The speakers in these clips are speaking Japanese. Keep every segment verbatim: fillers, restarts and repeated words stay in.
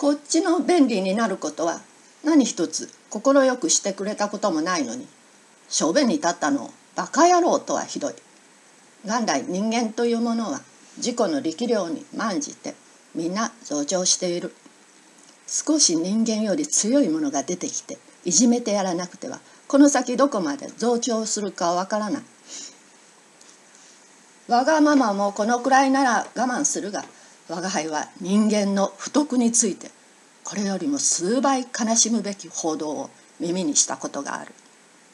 こっちの便利になることは何一つ快くしてくれたこともないのに、小便に立ったのをバカ野郎とはひどい。元来人間というものは自己の力量に慢じてみんな増長している。少し人間より強いものが出てきていじめてやらなくてはこの先どこまで増長するかわからない。わがままもこのくらいなら我慢するが、我が輩は人間の不徳についてこれよりも数倍悲しむべき報道を耳にしたことがある。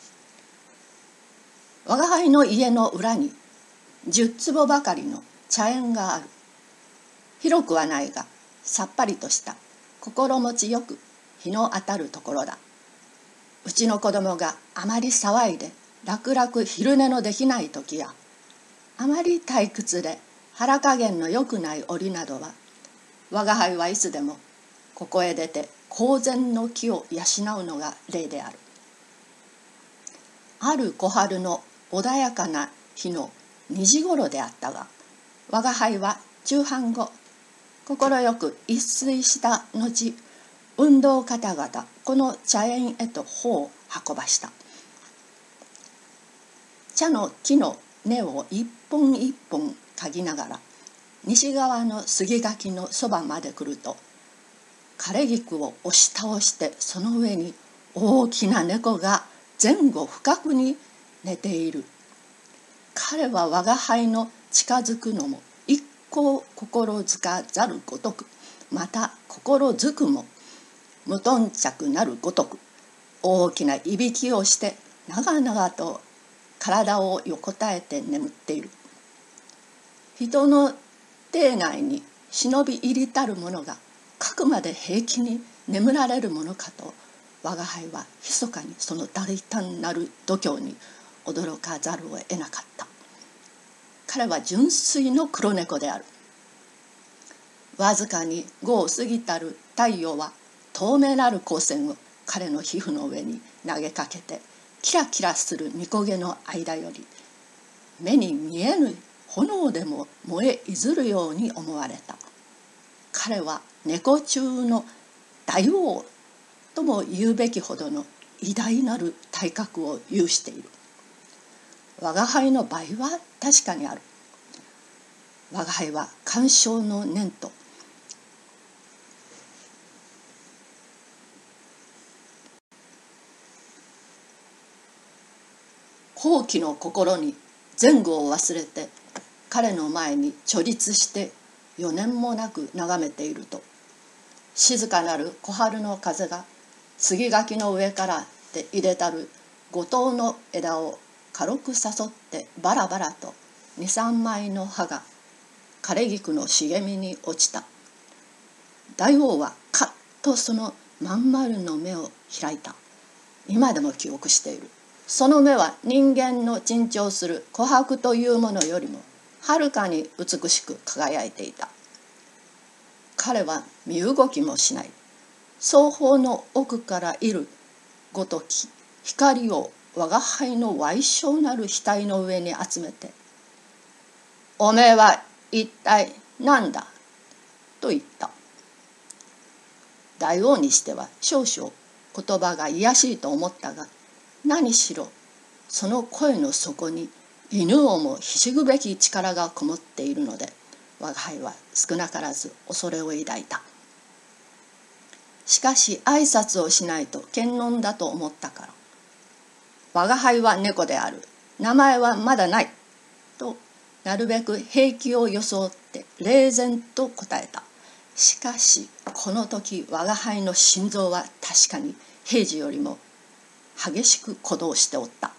我が輩の家の裏に十坪ばかりの茶園がある。広くはないがさっぱりとした心持ちよく日の当たるところだ。うちの子供があまり騒いで楽々昼寝のできない時や、あまり退屈で腹加減のよくない折などは、我が輩はいつでもここへ出て公然の気を養うのが例である。ある小春の穏やかな日のにじごろであったが、我が輩は昼飯後快く一睡した後、運動方々この茶園へと歩を運ばした。茶の木の根を一本一本嗅ぎながら西側の杉垣のそばまで来ると、枯れ菊を押し倒してその上に大きな猫が前後不覚に寝ている。彼は我が輩の近づくのも一向心づかざるごとく、また心づくも無頓着なるごとく、大きないびきをして長々と体を横たえて眠っている。人の邸内に忍び入りたる者がかくまで平気に眠られるものかと、我が輩は密かにその大胆なる度胸に驚かざるを得なかった。彼は純粋の黒猫である。わずかに午を過ぎたる太陽は透明なる光線を彼の皮膚の上に投げかけて、キラキラする御焦げの間より目に見えぬ炎でも燃えいずるように思われた。彼は猫中の大王とも言うべきほどの偉大なる体格を有している。我が輩の倍は確かにある。我が輩は鑑賞の念と好奇の心に前後を忘れて彼の前に直立して余念もなく眺めていると、静かなる小春の風が杉垣の上からで入れたる五島の枝を軽く誘ってバラバラと二三枚の葉が枯れ菊の茂みに落ちた。大王はカッとそのまん丸の目を開いた。今でも記憶している。その目は人間の珍重する琥珀というものよりもはるかに美しく輝いていた。彼は身動きもしない。双方の奥からいるごとき光を我が輩の矮小なる額の上に集めて、おめえは一体何だと言った。大王にしては少々言葉が卑しいと思ったが、何しろその声の底に犬をもひしぐべき力がこもっているので、我が輩は少なからず恐れを抱いた。しかし挨拶をしないと検問だと思ったから、我が輩は猫である、名前はまだないとなるべく平気を装って冷然と答えた。しかしこの時我が輩の心臓は確かに平時よりも激しく鼓動しておった。